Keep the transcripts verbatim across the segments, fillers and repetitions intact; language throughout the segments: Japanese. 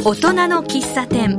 大人の喫茶店。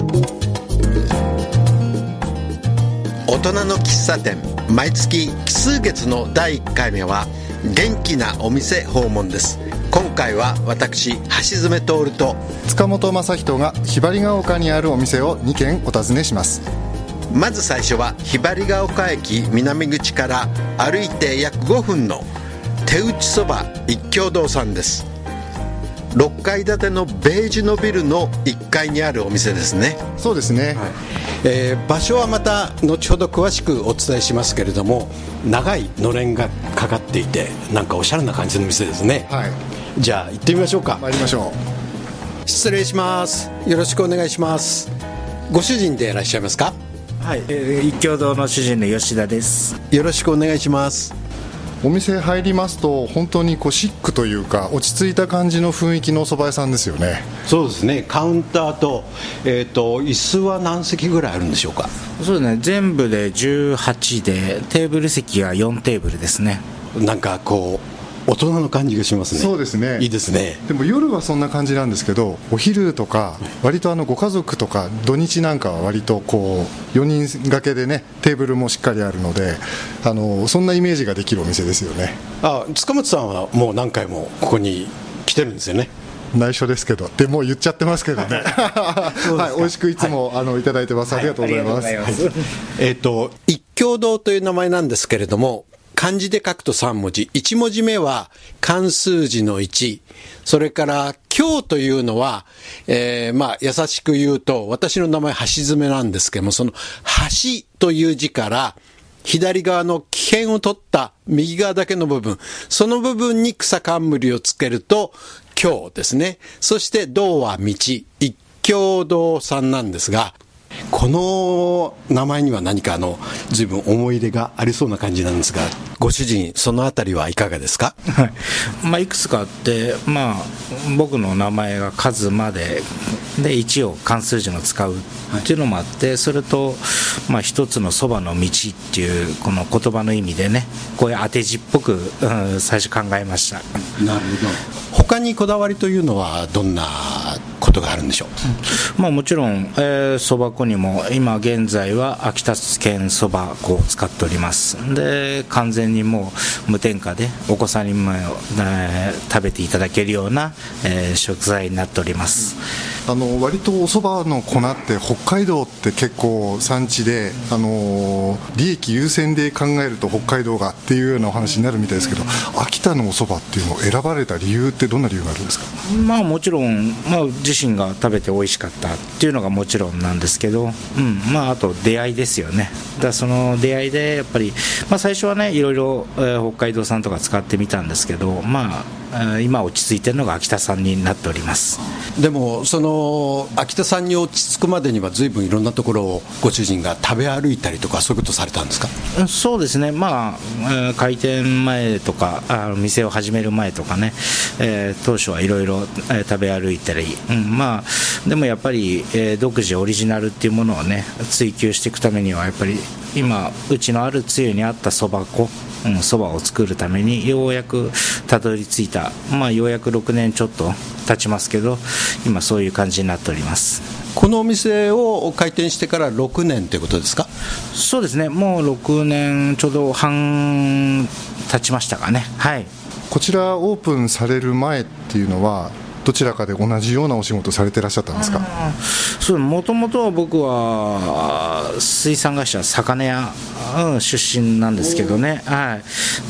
大人の喫茶店、毎月奇数月のだいいっかいめは元気なお店訪問です。今回は私橋爪徹と塚本正人がひばりが丘にあるお店をにけんお尋ねします。 まず最初はひばりが丘駅南口から歩いて約ごふんの手打ちそば一協堂さんです。ろっかい建てのベージュのビルのいっかいにあるお店ですね。 そうですね、 はい、えー、場所はまた後ほど詳しくお伝えしますけれども、長いのれんがかかっていてなんかおしゃれな感じの店ですね。 はい、 じゃあ行ってみましょうか。 参りましょう。失礼します。よろしくお願いします。ご主人でいらっしゃいますか？ はい、えー、一協堂の主人の吉田です。 よろしくお願いします。 う。お店入りますと本当にこうシックというか落ち着いた感じの雰囲気のお蕎麦屋さんですよね。 そうですね。カウンターと、えーと、椅子は何席ぐらいあるんでしょうか？ そうですね、全部でじゅうはちでテーブル席がよんテーブルですね。 なんかこう大人の感じがしますね。 そうですね。 いいですね。 でも夜はそんな感じなんですけど、お昼とか割とあのご家族とか土日なんかは割とこうよにん掛けでね、テーブルもしっかりあるので、あのそんなイメージができるお店ですよね。 あ、塚本さんはもう何回もここに来てるんですよね。 内緒ですけど、でもう言っちゃってますけどねはい、美味しくいつも、はい、あのいただいてます。ありがとうございます。はい、 えーと一協堂という名前なんですけれども、漢字で書くとさんもじ、いち文字目は漢数字のいち、それから協というのは、えー、まあ優しく言うと私の名前橋爪なんですけども、その橋という字から左側の木片を取った右側だけの部分、その部分に草冠をつけると協ですね。そして堂は道、一協堂さんなんですが、この名前には何かあの随分思い入れがありそうな感じなんですが、ご主人そのあたりはいかがですか？ はい、まあ、いくつかあって、まあ、僕の名前が数まででいちを漢数字の使うっていうのもあって、それと、まあ、一つのそばの道っていうこの言葉の意味でね、こういう当て字っぽく、うん、最初考えました。 なるほど。他にこだわりというのはどんなことがあるんでしょう？ うん、まあ、もちろんそば粉にも今現在は秋田県そば粉を使っております。で完全にもう無添加でお子さんにも、えー、食べていただけるような、えー、食材になっております。 あの割とお蕎麦の粉って北海道って結構産地で、あの利益優先で考えると北海道がっていうようなお話になるみたいですけど、秋田のお蕎麦っていうのを選ばれた理由ってどんな理由があるんですか？ まあ、もちろん、まあ、自身が食べて美味しかったっていうのがもちろんなんですけど、うんまあ、あと出会いですよね。だからその出会いでやっぱり、まあ、最初はねいろいろ、えー、北海道産とか使ってみたんですけど、まあ、今落ち着いてるのが秋田産になっております。 でもその秋田産に落ち着くまでには随分いろんなところをご主人が食べ歩いたりとか、そういうことされたんですか？ そうですね、まあ、開店前とかあの店を始める前とかね、えー、当初はいろいろ食べ歩いたり、うんまあ、でもやっぱり、えー、独自オリジナルっていうものをね追求していくためにはやっぱり今うちのあるつゆに合ったそば粉、そばを作るためにようやくたどり着いた、まあ、ようやくろくねんちょっと経ちますけど、今そういう感じになっております。 このお店を開店してからろくねんということですか？ そうですね、もうろくねんちょうど半経ちましたかね。はい。 こちらオープンされる前っていうのはどちらかで同じようなお仕事されてらっしゃったんですか？ そう、もともとは僕は水産会社魚屋、うん、出身なんですけどね、はい、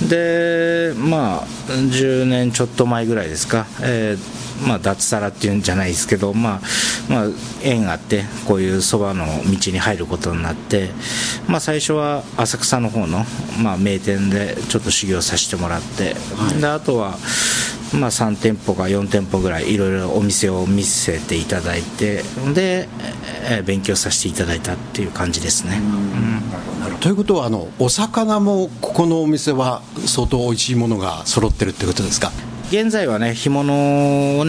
でまあじゅうねんちょっと前ぐらいですか、えーまあ、脱サラっていうんじゃないですけど、まあまあ、縁があってこういうそばの道に入ることになって、まあ、最初は浅草の方の、まあ、名店でちょっと修行させてもらって、はい、であとはまあ、さん店舗かよん店舗ぐらいいろいろお店を見せていただいて、で、えー、勉強させていただいたっていう感じですね。 うん、ということはあのお魚もここのお店は相当おいしいものが揃ってるってことですか？ 現在はね干物をね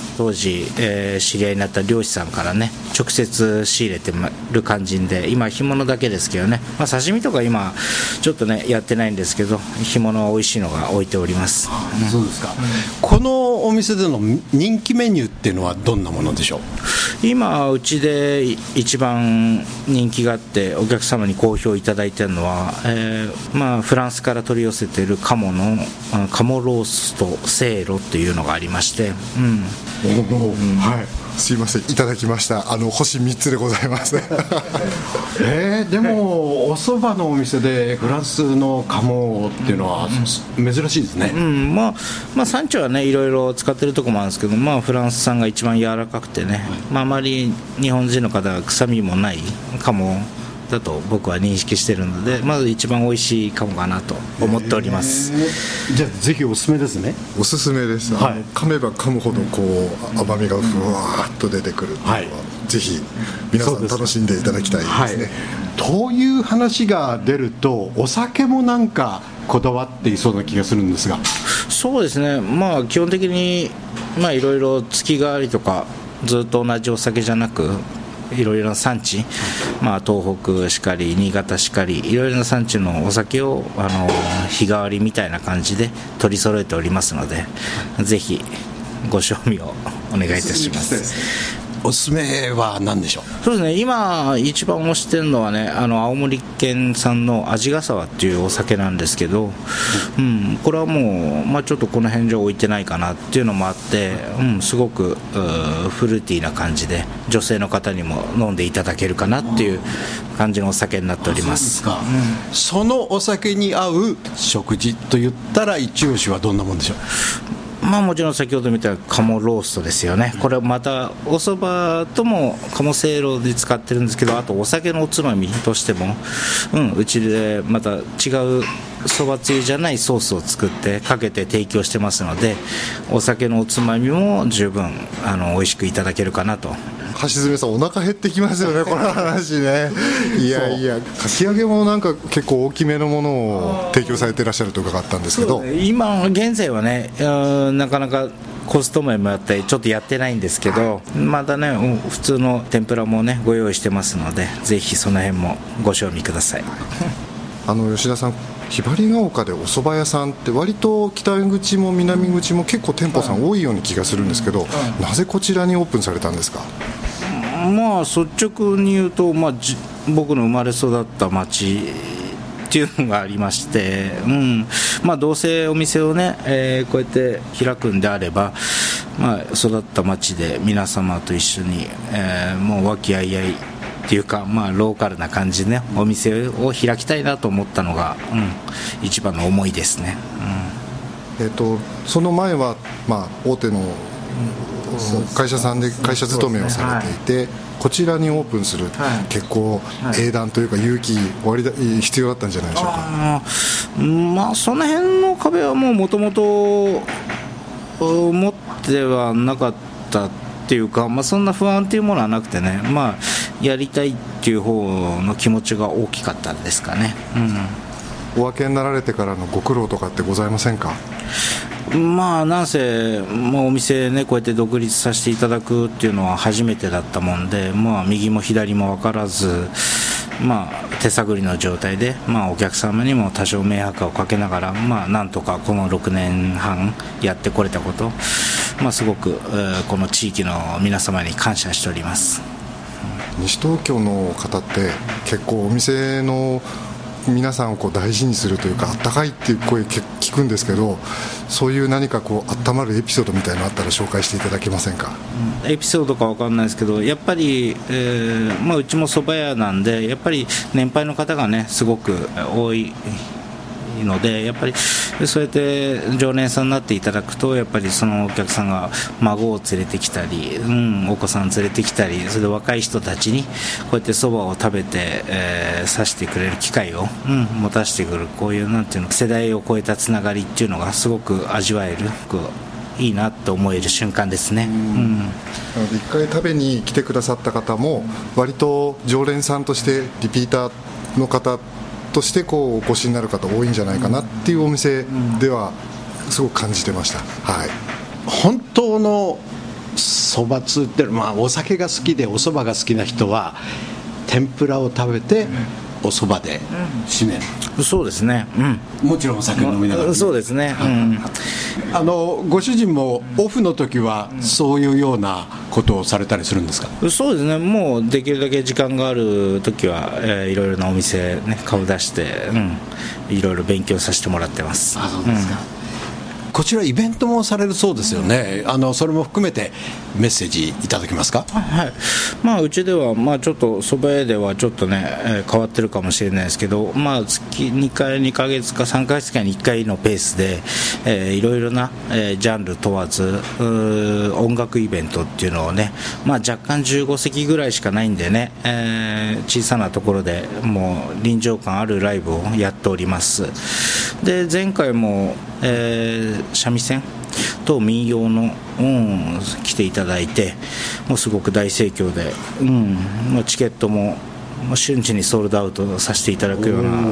当時、えー、知り合いになった漁師さんからね直接仕入れてる感じで、今干物だけですけどね、まあ、刺身とか今ちょっとねやってないんですけど、干物は美味しいのが置いております。 うん、そうですか、うん、このお店での人気メニューっていうのはどんなものでしょう？ 今うちで一番人気があってお客様に好評いただいているのは、えーまあ、フランスから取り寄せている鴨の鴨ローストせいろっていうのがありまして、うん、 はい、すいません、いただきました。あの星みっつでございますえー、でもお蕎麦のお店でフランスの鴨っていうのは珍しいですね。 うん、まあ、まあ産地はねいろいろ使ってるところもあるんですけど、まあ、フランス産が一番柔らかくてね、まあ、あまり日本人の方が臭みもない鴨だと僕は認識しているので、まず一番美味しい鴨かなと思っております。 じゃあぜひおすすめですね。 おすすめです、はい、噛めば噛むほどこう甘みがふわーっと出てくるのは、はい、ぜひ皆さん楽しんでいただきたいですね。 という話が出るとお酒もなんかこだわっていそうな気がするんですが。 そうですね、まあ基本的にまあいろいろ月替わりとかずっと同じお酒じゃなくいろいろな産地、まあ、東北しかり新潟しかりいろいろな産地のお酒をあの日替わりみたいな感じで取り揃えておりますので、ぜひご賞味をお願いいたします。 おすすめは何でしょう？ そうですね、今一番推してるのはね、あの青森県産の鰺ヶ沢っていうお酒なんですけど、うん、これはもう、まあ、ちょっとこの辺じゃ置いてないかなっていうのもあって、うん、すごくフルーティーな感じで女性の方にも飲んでいただけるかなっていう感じのお酒になっております。 そうですか、うん、そのお酒に合う食事といったら一押しはどんなもんでしょう？ まあ、もちろん先ほど見た鴨ローストですよね。これまたお蕎麦とも鴨せいろで使ってるんですけど、あとお酒のおつまみとしても、うん、うちでまた違う蕎麦つゆじゃないソースを作ってかけて提供してますので、お酒のおつまみも十分あの美味しくいただけるかなと。 橋爪さんお腹減ってきますよねこの話ね。いやいや、かき揚げもなんか結構大きめのものを提供されていらっしゃると伺ったんですけど、 ね、今現在はねなかなかコスト面もあったりちょっとやってないんですけど、またね普通の天ぷらもねご用意してますので、ぜひその辺もご賞味ください。 あの吉田さん、ひばりが丘でお蕎麦屋さんって割と北口も南口も結構店舗さん多いような気がするんですけど、なぜこちらにオープンされたんですか？ まあ率直に言うと、まあ、じ僕の生まれ育った町っていうのがありまして、うんまあ、どうせお店をね、えー、こうやって開くんであれば、まあ、育った町で皆様と一緒に、えー、もう和気あいあいっていうか、まあ、ローカルな感じで、ね、お店を開きたいなと思ったのが、うん、一番の思いですね。 うんえー、とその前は、まあ、大手の会社さんで会社勤めをされていて、ねはい、こちらにオープンする、はい、結構英断というか勇気割り必要だったんじゃないでしょうか。 あ、まあ、その辺の壁はもともと持ってはなかったっていうか、まあ、そんな不安っていうものはなくてね、まあ、やりたいっていう方の気持ちが大きかったですかね。 うん、お分けになられてからのご苦労とかってございませんか？ まあなんせ、まあ、お店ねこうやって独立させていただくっていうのは初めてだったもんで、まあ、右も左も分からず、まあ、手探りの状態で、まあ、お客様にも多少迷惑をかけながら、まあ、なんとかこのろくねんはんやってこれたこと、まあ、すごく、えー、この地域の皆様に感謝しております。 西東京の方って結構お店の皆さんをこう大事にするというかあったかいっていう声聞くんですけど、そういう何かこう温まるエピソードみたいなのあったら紹介していただけませんか？ うん、エピソードか分かんないですけど、やっぱり、えーまあ、うちも蕎麦屋なんで、やっぱり年配の方がねすごく多いので、やっぱりそうやって常連さんになっていただくと、やっぱりそのお客さんが孫を連れてきたり、うん、お子さん連れてきたり、それで若い人たちにこうやってそばを食べて、えー、刺してくれる機会を、うん、持たせてくる、こういうなんていうの世代を超えたつながりっていうのがすごく味わえる、いいなと思える瞬間ですね。うん、なので一回食べに来てくださった方も割と常連さんとしてリピーターの方としてこうお越しになる方多いんじゃないかなっていうお店ではすごく感じてました。はい、 本当のそばつってる、まあ、お酒が好きでおそばが好きな人は天ぷらを食べておそばで締める、 うん、そうですね、 うん、もちろんお酒を飲みながら、ね、 そうですね、うん、 あのご主人もオフの時はそういうようなことをされたりするんですか？ そうですね、もうできるだけ時間がある時は、えー、いろいろなお店、ね、顔出して、うん、いろいろ勉強させてもらってます。 あ、そうですか、うん、こちらイベントもされるそうですよね。あのそれも含めてメッセージいただけますか？ はい、まあ、うちでは、まあ、ちょっと蕎麦屋ではちょっとね、えー、変わってるかもしれないですけど、まあ、月にかいにかげつかさんかげつかにいっかいのペースで、えー、いろいろな、えー、ジャンル問わず音楽イベントっていうのをね、まあ、若干じゅうごせきぐらいしかないんでね、えー、小さなところでもう臨場感あるライブをやっております。で前回も、えー、三味線と民謡の、うん、来ていただいて、もうすごく大盛況で、うん、もうチケットももう瞬時にソールドアウトさせていただくような、うん、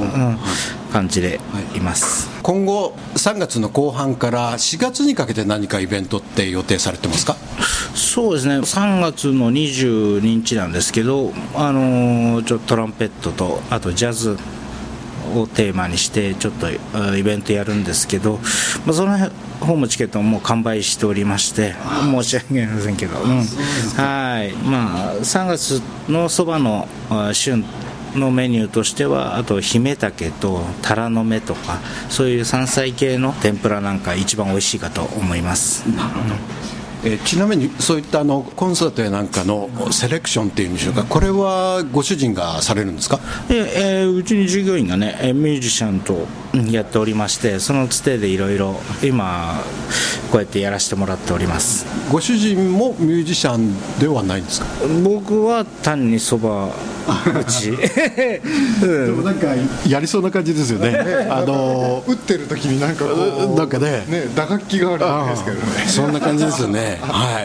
感じでいます。 今後さんがつの後半からしがつにかけて何かイベントって予定されてますか？ そうですね、さんがつのにじゅうににちなんですけど、あのー、ちょっとトランペットとあとジャズをテーマにしてちょっとイベントやるんですけど、まあ、その方もチケットももう完売しておりまして申し訳ありませんけど、うん、はい、まあ、さんがつのそばの旬のメニューとしては、あと姫竹とタラの芽とかそういう山菜系の天ぷらなんか一番美味しいかと思います。なるほど。 えー、ちなみにそういったあのコンサートやなんかのセレクションっていうんでしょうか、これはご主人がされるんですか？ ええー、うちに従業員がねミュージシャンとやっておりまして、そのつてでいろいろ今こうやってやらせてもらっております。 ご主人もミュージシャンではないんですか？ 僕は単にそば打ち、うん、 でもなんかやりそうな感じですよね。 あの打ってる時になんかこうなんかね、 ね、打楽器があるわけですけどね。 そんな感じですよね。はい、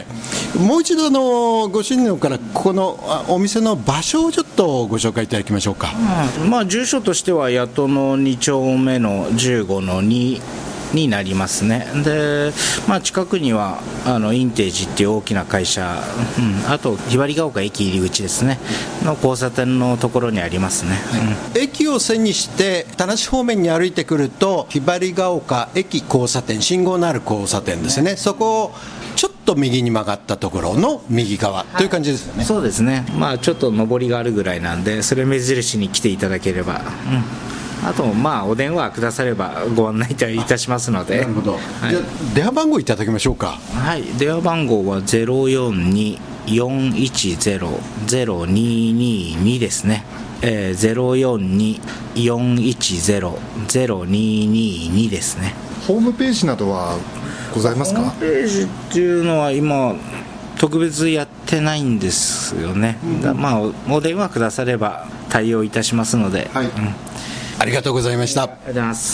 もう一度あのご主人からここのお店の場所をちょっとご紹介いただきましょうか。 うん、まあ、住所としては八戸のに丁目のじゅうごのにになりますね。で、まあ、近くにはあのインテージっていう大きな会社、うん、あとひばりが丘駅入り口ですねの交差点のところにありますね。 うん、駅を背にして田無方面に歩いてくるとひばりが丘駅交差点、信号のある交差点ですね。そこをちょっと右に曲がったところの右側という感じですよね。 はい、そうですね、まあ、ちょっと上りがあるぐらいなんで、それ目印に来ていただければ、うん、あと、まあ、お電話くださればご案内いたしますので。 なるほど、はい、じゃあ電話番号いただきましょうか。 はい、電話番号は ゼロよんに よんいちゼロ ゼロににに ですね。えー、ゼロよんに よんいちゼロ ゼロににに ですね。 ホームページなどはございますか？ ホームページっていうのは今特別やってないんですよね。うん、まあ お, お電話くだされば対応いたしますので。はい、うん、 ありがとうございました。 ありがとうございます。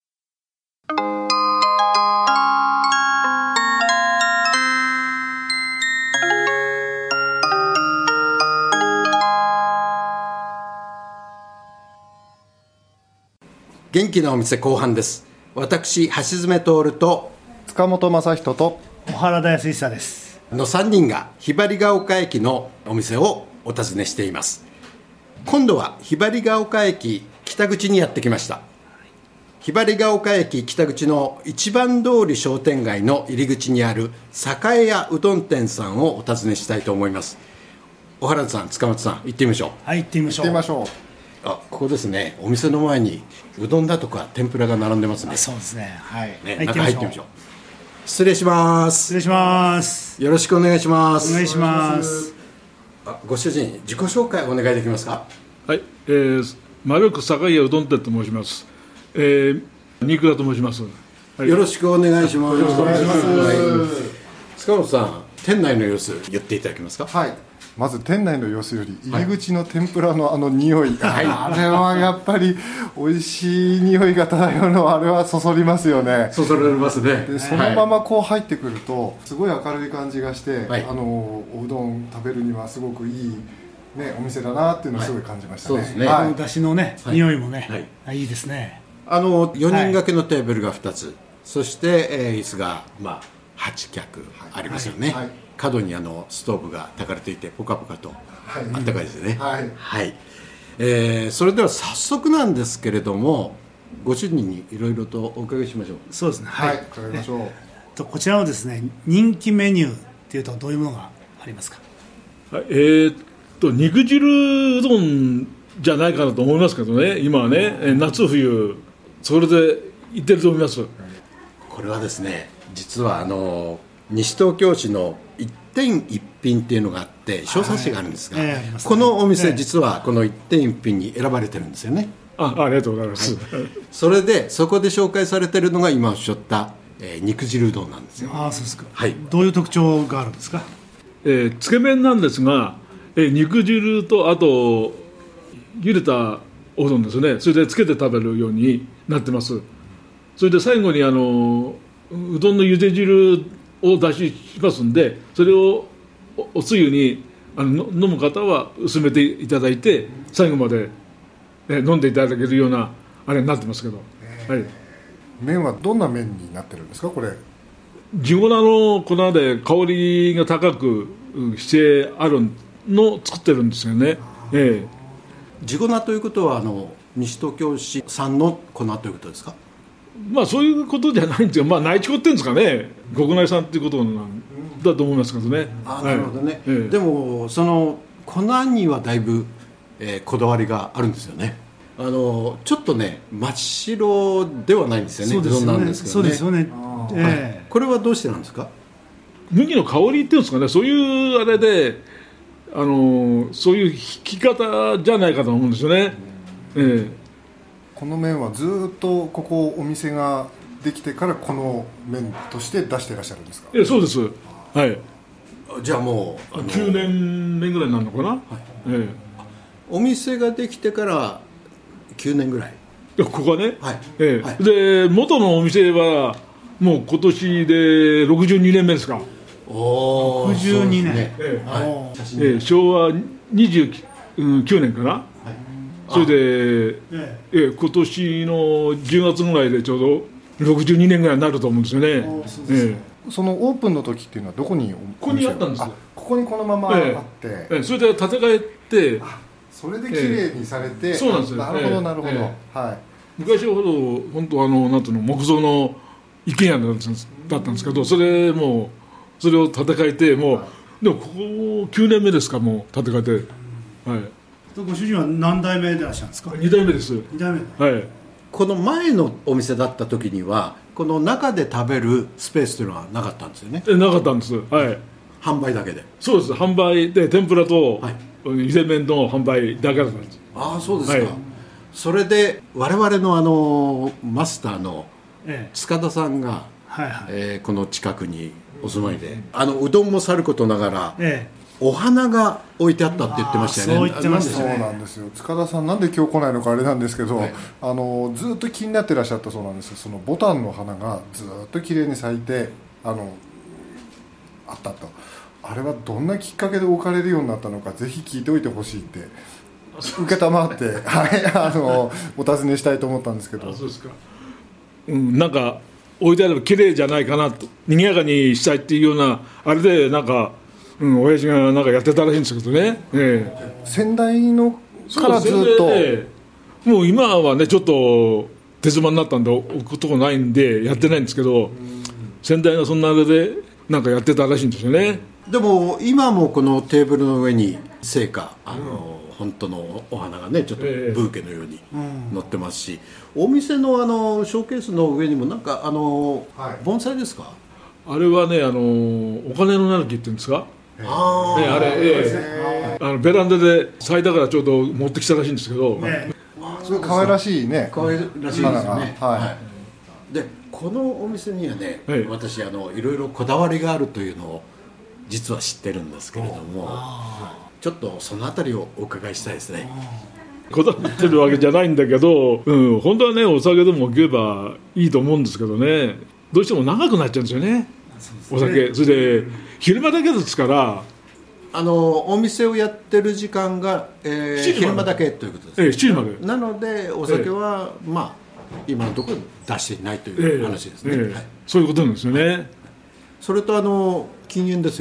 元気なお店後半です。私橋爪徹と塚本正人と小原田康久ですのさんにんがひばりが丘駅のお店をお尋ねしています。今度はひばりが丘駅北口にやってきました。ひばりが丘駅北口の一番通り商店街の入り口にある栄屋うどん店さんをお尋ねしたいと思います。小原田さん、塚本さん、行ってみましょう。 はい、行ってみましょう。 行ってみましょう。 あ、ここですね。お店の前にうどんだとか天ぷらが並んでますね。 そうですね。はい。 ね、中入ってみましょう。失礼します。 失礼します。 よろしくお願いします。 お願いします。 あ、ご主人、自己紹介お願いできますか？ はい、えー、丸く栄屋うどん店と申します。えー、新倉と申します。 はい、よろしくお願いします。よろしくお願いします。はい、塚本さん、店内の様子言っていただけますか？ はい。まず店内の様子より入り口の天ぷらのあの匂い、はい、あれはやっぱり美味しい匂いが漂うのはあれはそそりますよね。 そそられますね。 でそのままこう入ってくるとすごい明るい感じがして、はい、あのおうどん食べるにはすごくいい、ね、お店だなっていうのをすごい感じましたね。はい、そうですね。 はい、だしのね、はい、匂いもね、はい、いいですね。 あのよにん掛けのテーブルがふたつ、そして、えー、椅子が、まあ、はち脚ありますよね。はいはい、 角にあのストーブが焚かれていてポカポカとあったかいですよね。 はい、 はいえー、それでは早速なんですけれども、ご主人にいろいろとお伺いしましょう。 そうですね、はい、 はい、伺いましょう。 とこちらのですね、人気メニューっていうとどういうものがありますか？ はい、えー、っと肉汁うどんじゃないかなと思いますけどね、今はね、夏冬それでいってると思います。 これはですね、実はあの西東京市の一点一品っていうのがあって小冊子があるんですが、はいえーね、このお店、えー、実はこの一点一品に選ばれてるんですよね。 あ, ありがとうございます、はい、 それでそこで紹介されてるのが今おっしゃった、えー、肉汁うどんなんですよ。 あ、そうですか、 はい、 どういう特徴があるんですか？ えー、つけ麺なんですが、えー、肉汁とあと茹でたおうどんですね、それでつけて食べるようになってます。それで最後にあのうどんの茹で汁を出しますんで、それを お, おつゆにあの飲む方は薄めていただいて最後まで、ね、飲んでいただけるようなあれになってますけど、はい、 麺はどんな麺になってるんですか？これ地粉の粉で香りが高くしてあるのを作ってるんですよね。ええ、 地粉ということはあの西東京市産の粉ということですか？ まあそういうことじゃないんですよ。まあ内地粉っていうんですかね、国内産っていうことなんだと思いますけどね。 あ、なるほどね、はい、でもその粉にはだいぶ、えー、こだわりがあるんですよね。あのちょっとね真っ白ではないんですよね。 そうですよね、 うどんなんですけどね。 そうですよね、えーはい、 これはどうしてなんですか？ 麦の香りっていうんですかね、そういうあれであのそういう引き方じゃないかと思うんですよね。えーこの麺はずっとここお店ができてからこの麺として出していらっしゃるんですか？ えそうです、はい、 じゃあもうきゅうねんめぐらいになるのかな、はいええ、 お店ができてからきゅうねんぐらい。 ここはね、 はいええはい、 で元のお店はもう今年でろくじゅうにねんめですか。 おろくじゅうにねん、ねええはいええ、昭和にじゅうきゅうねんかな、はい、それで、ええ、今年のじゅうがつぐらいでちょうどろくじゅうにねんぐらいになると思うんですよね。ええ、そのオープンの時っていうのはどこにここにあったんですよ。 ここにこのままあって、 ええ、それで建て替えて、 それで綺麗にされて、ええ、 そうなんですよ。 なるほどなるほど、ええはい、 昔ほど本当あのなんていうの木造の一軒家だったんですけど、それもうそれを建て替えてもう、はい、でもここきゅうねんめですか、もう建て替えて、はい。 ご主人は何代目でいらっしゃるんですか？ にだいめです。 に代目、 はい。 この前のお店だった時にはこの中で食べるスペースというのはなかったんですよね。 えなかったんです、はい、 販売だけで。 そうです、販売で天ぷらと伊勢麺の販売だけだったんです。 ああそうですか、はい、それで我々のあのマスターの塚田さんが、ええはいはいえー、この近くにお住まいで、あのうどんもさることながら、ええお花が置いてあったって言ってましたよね。 そう言ってましたね。 そうなんですよ。塚田さんなんで今日来ないのかあれなんですけど、はい、あのずっと気になってらっしゃったそうなんですよ。そのボタンの花がずっと綺麗に咲いてあのあったと。あれはどんなきっかけで置かれるようになったのかぜひ聞いておいてほしいって受けたまってはいあのお尋ねしたいと思ったんですけど。 あそうですか、うん、なんか置いてあれば綺麗じゃないかなと、賑やかにしたいっていうようなあれでなんか。うん、親父がなんかやってたらしいんですけどね、ええ、 先代のからずっと、 ええ、もう今はねちょっと手妻になったんで置くとこないんでやってないんですけど、先代がそんなあれでなんかやってたらしいんですよね。 でも今もこのテーブルの上に聖火あの、うん、本当のお花がねちょっとブーケのように乗ってますし、ええ、お店のあのショーケースの上にもなんかあの、はい、盆栽ですか？ あれはねあのお金のなる木っていうんですか。あ, ね、あれ、えー、あのベランダで咲いたからちょうど持ってきたらしいんですけど、ね、 すごい可愛らしいね。 可愛らしいですよね、はいはい、でこのお店にはね、はい、私あのいろいろこだわりがあるというのを実は知ってるんですけれども、ちょっとそのあたりをお伺いしたいですね。 こだわってるわけじゃないんだけど、うん、本当はねお酒でも置けばいいと思うんですけどね、どうしても長くなっちゃうんですよね、お酒。それで昼間だけですからあのお店をやってる時間が、えー、昼間だけということです、ね、 ええ、しちじまでなのでお酒は、ええ、まあ今のところ出していないという話ですね、ええええはい、そういうことなんですよね。 それとあの禁煙ですよね。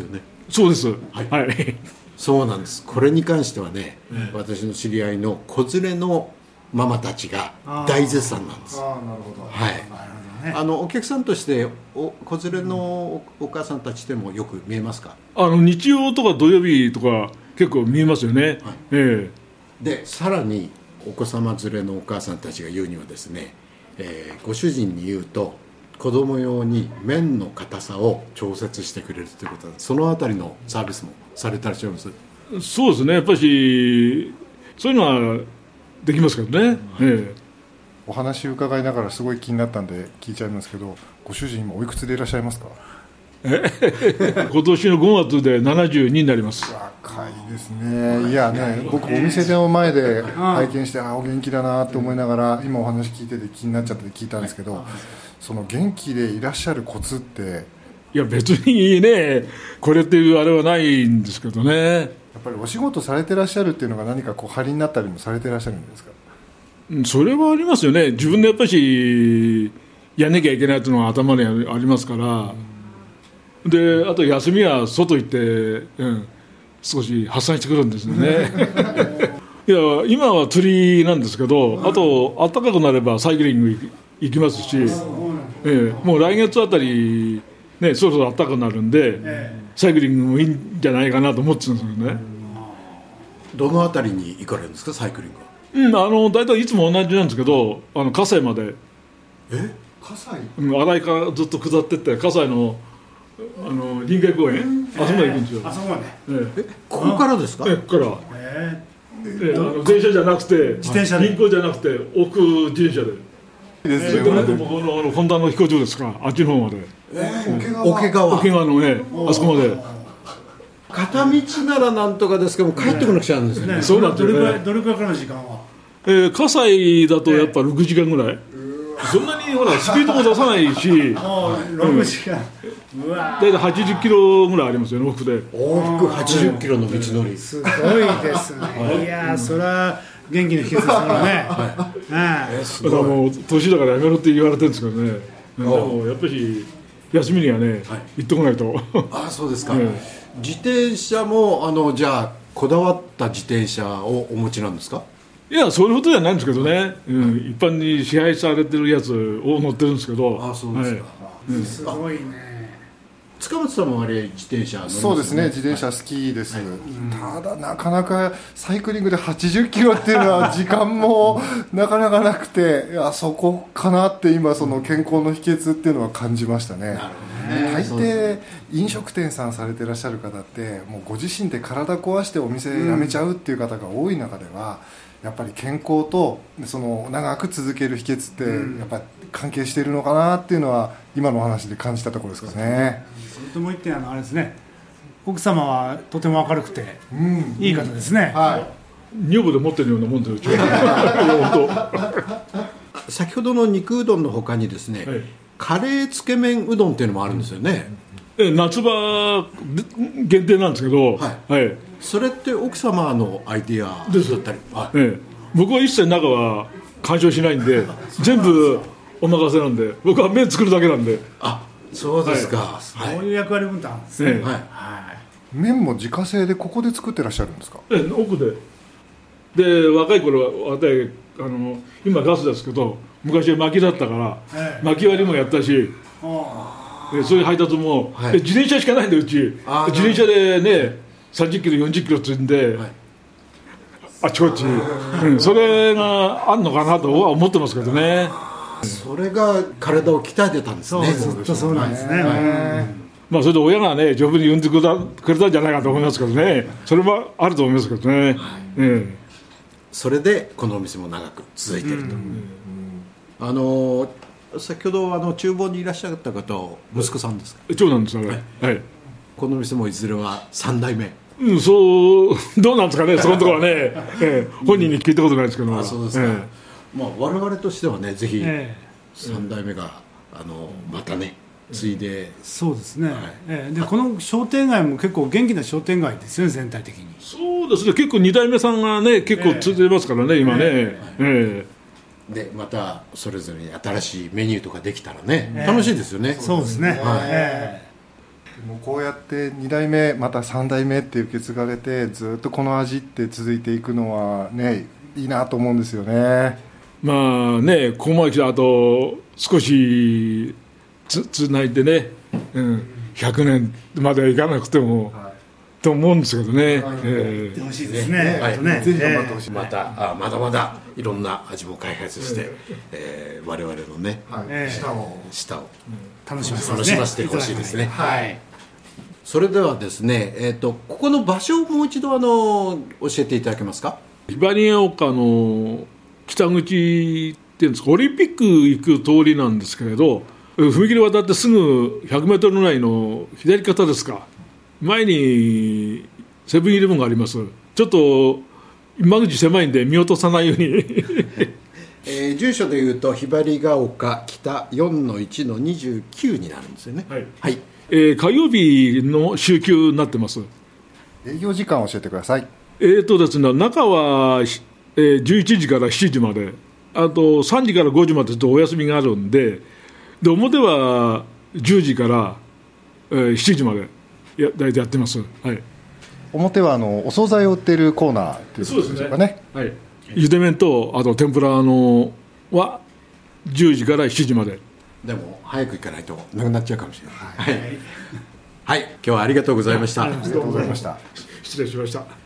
そうです、はい、はい、 そうなんです。これに関してはね、えー、私の知り合いの子連れのママたちが大絶賛なんです。 ああ、なるほど。 はい。あのお客さんとしてお子連れの お, お母さんたちでもよく見えますか？ あの日曜とか土曜日とか結構見えますよね、はい、えー、でさらにお子様連れのお母さんたちが言うにはですね、えー、ご主人に言うと子供用に麺の硬さを調節してくれるということで、そのあたりのサービスもされてらっしゃいます？ そうですね、やっぱりそういうのはできますけどね、うん、えーお話伺いながらすごい気になったんで聞いちゃいますけど、ご主人今おいくつでいらっしゃいますか？ え今年のごがつでななじゅうにになります。 若いですね。いやね、僕お店の前で拝見して、あ、お元気だなと思いながら今お話聞いてて気になっちゃって聞いたんですけど、その元気でいらっしゃるコツって？ いや別にねこれっていうあれはないんですけどね。やっぱりお仕事されてらっしゃるっていうのが何かこう張りになったりもされてらっしゃるんですか？ それはありますよね。自分でやっぱりやんなきゃいけないというのが頭にありますから、であと休みは外行って、うん、少し発散してくるんですよねいや今は釣りなんですけど、あと暖かくなればサイクリング行きますし、ええ、もう来月あたり、ね、そろそろ暖かくなるんで、サイクリングもいいんじゃないかなと思ってるんですよね。 どのあたりに行かれるんですか、サイクリングは？ うん、あの大体いつも同じなんですけど、あの葛西まで、 え葛西、 うん、新井からずっと下ってって葛西のあの臨海公園、あそこまで行くんですよ。 あそこまで、 ええ、ここからですか？ えここから、えー、えー、あの電車じゃなくて自転車で、 銀行じゃなくて往復自転車で、 ですよね。 でもこのあのホンダの飛行場ですか、あっちの方まで、 えー、 桶川桶川のね、あそこまで片道ならなんとかですけども帰ってこなくちゃなんですよね。 ね、そうなんですよね。 どれくらいからの時間は？ えー、葛西だとやっぱろくじかんぐらい、そんなにほらスピードも出さないしろくじかん、 うん、うわ大体はちじゅっキロぐらいありますよね、往復で。 往復はちじゅっキロの道のり、 すごいですね、はい、いやー、それは元気の秘訣ですからね、はい、 えー、すごい。だからもう年だからやめろって言われてるんですけどね、でもやっぱり休みにはね、はい、行ってこないとああ、そうですか、ね、自転車もあのじゃあこだわった自転車をお持ちなんですか？ いや、そういうことじゃないんですけどね、うん、一般に支配されてるやつを乗ってるんですけど。 ああ、そうですか、 はい、うん、すごいね。 塚本さんもあれ自転車乗りますよね？ そうですね、自転車好きです、はい、ただなかなかサイクリングではちじゅっキロっていうのは時間もなかなかなくて、いやそこかなって今その健康の秘訣っていうのは感じましたね。大抵飲食店さんされてらっしゃる方ってもうご自身で体壊してお店辞めちゃうっていう方が多い中では、やっぱり健康とその長く続ける秘訣ってやっぱり関係しているのかなっていうのは今のお話で感じたところですかね。 それともう一点、あのあれですね、奥様はとても明るくて、うん、いい方ですね、うん、はい、 女房で持ってるようなもんですよ先ほどの肉うどんの他にですね、はい、カレーつけ麺うどんっていうのもあるんですよね。 え夏場限定なんですけど、 はいはい、それって奥様のアイデアだったり、はい、 ええ、僕は一切中は干渉しないんで全部お任せなんで、僕は麺作るだけなんで。 あ、そうですか、 はい、そういう役割分担なんですね、はいはい、 麺も自家製でここで作ってらっしゃるんですか？ ええ、奥で。で若い頃は私あの今ガスですけど昔は薪だったから、ええ、薪割りもやったし、でそういう配達も、はい、自転車しかないんでうち。自転車でねさんじゅっキロよんじゅっキロ積んで、はい、あちこち、うん、それがあんのかなとは思ってますけどね。 それが体を鍛えてたんですね。 そうずっとそうなんですね、はい、 まあ、それで親がね丈夫に産んでくれた、くれたんじゃないかと思いますけどね。それはあると思いますけどね、はい、うん、 それでこのお店も長く続いていると、うん、あの先ほどあの厨房にいらっしゃった方息子さんですか？ 長男ですよね、はいはい、 この店もいずれはさん代目、 うん、そうどうなんですかね、そのところはね、えー、本人に聞いたことないですけど。 あ、そうですか、えーまあ、我々としてはねぜひさん代目が、えー、あのまたね継いで、 そうですね、はい、えー、でこの商店街も結構元気な商店街ですよね、全体的に。 そうですね、結構に代目さんがね結構継いでますからね、えー、今ね、えーえー、でまたそれぞれに新しいメニューとかできたらね、えー、楽しいですよね。 そうですね、はい、えーもうこうやってに代目またさん代目って受け継がれてずっとこの味って続いていくのはねいいなと思うんですよね。 まあねここまで来たあと少しつつないでね、うん、ひゃくねんまではいかなくても、はい、と思うんですけどね。 はい、えー、楽しいですね。 ね、はい、ね、ぜひ頑張ってほしい。 またあまだまだいろんな味も開発して、えー、我々のね、 はい、えー、舌を舌を、 うん、楽しませて、 楽しませてほしいですね。 はい。 それではですね、えーと、ここの場所をもう一度あの教えていただけますか。 ひばりが丘の北口っていうんですか、オリンピック行く通りなんですけれど、踏切渡ってすぐひゃくメートルぐらいの左肩ですか、前にセブンイレブンがあります。ちょっと間口狭いんで見落とさないように、 えー、住所でいうとひばりが丘北 よんのいちのにじゅうきゅう になるんですよね。 はい、 はい、 えー、火曜日の週休になってます。 営業時間を教えてください。 えーとですね、中は、えー、じゅういちじからしちじまで、あとさんじからごじまでとお休みがあるんで、で表はじゅうじから、えー、しちじまでや大体やってます。はい、 表はあのお惣菜を売っているコーナーということでしょうかね。 はい、ゆで麺とあと天ぷらのはじゅうじからしちじまで。 でも早く行かないとなくなっちゃうかもしれない。はい、はい、今日はありがとうございました。 ありがとうございました。 失礼しました。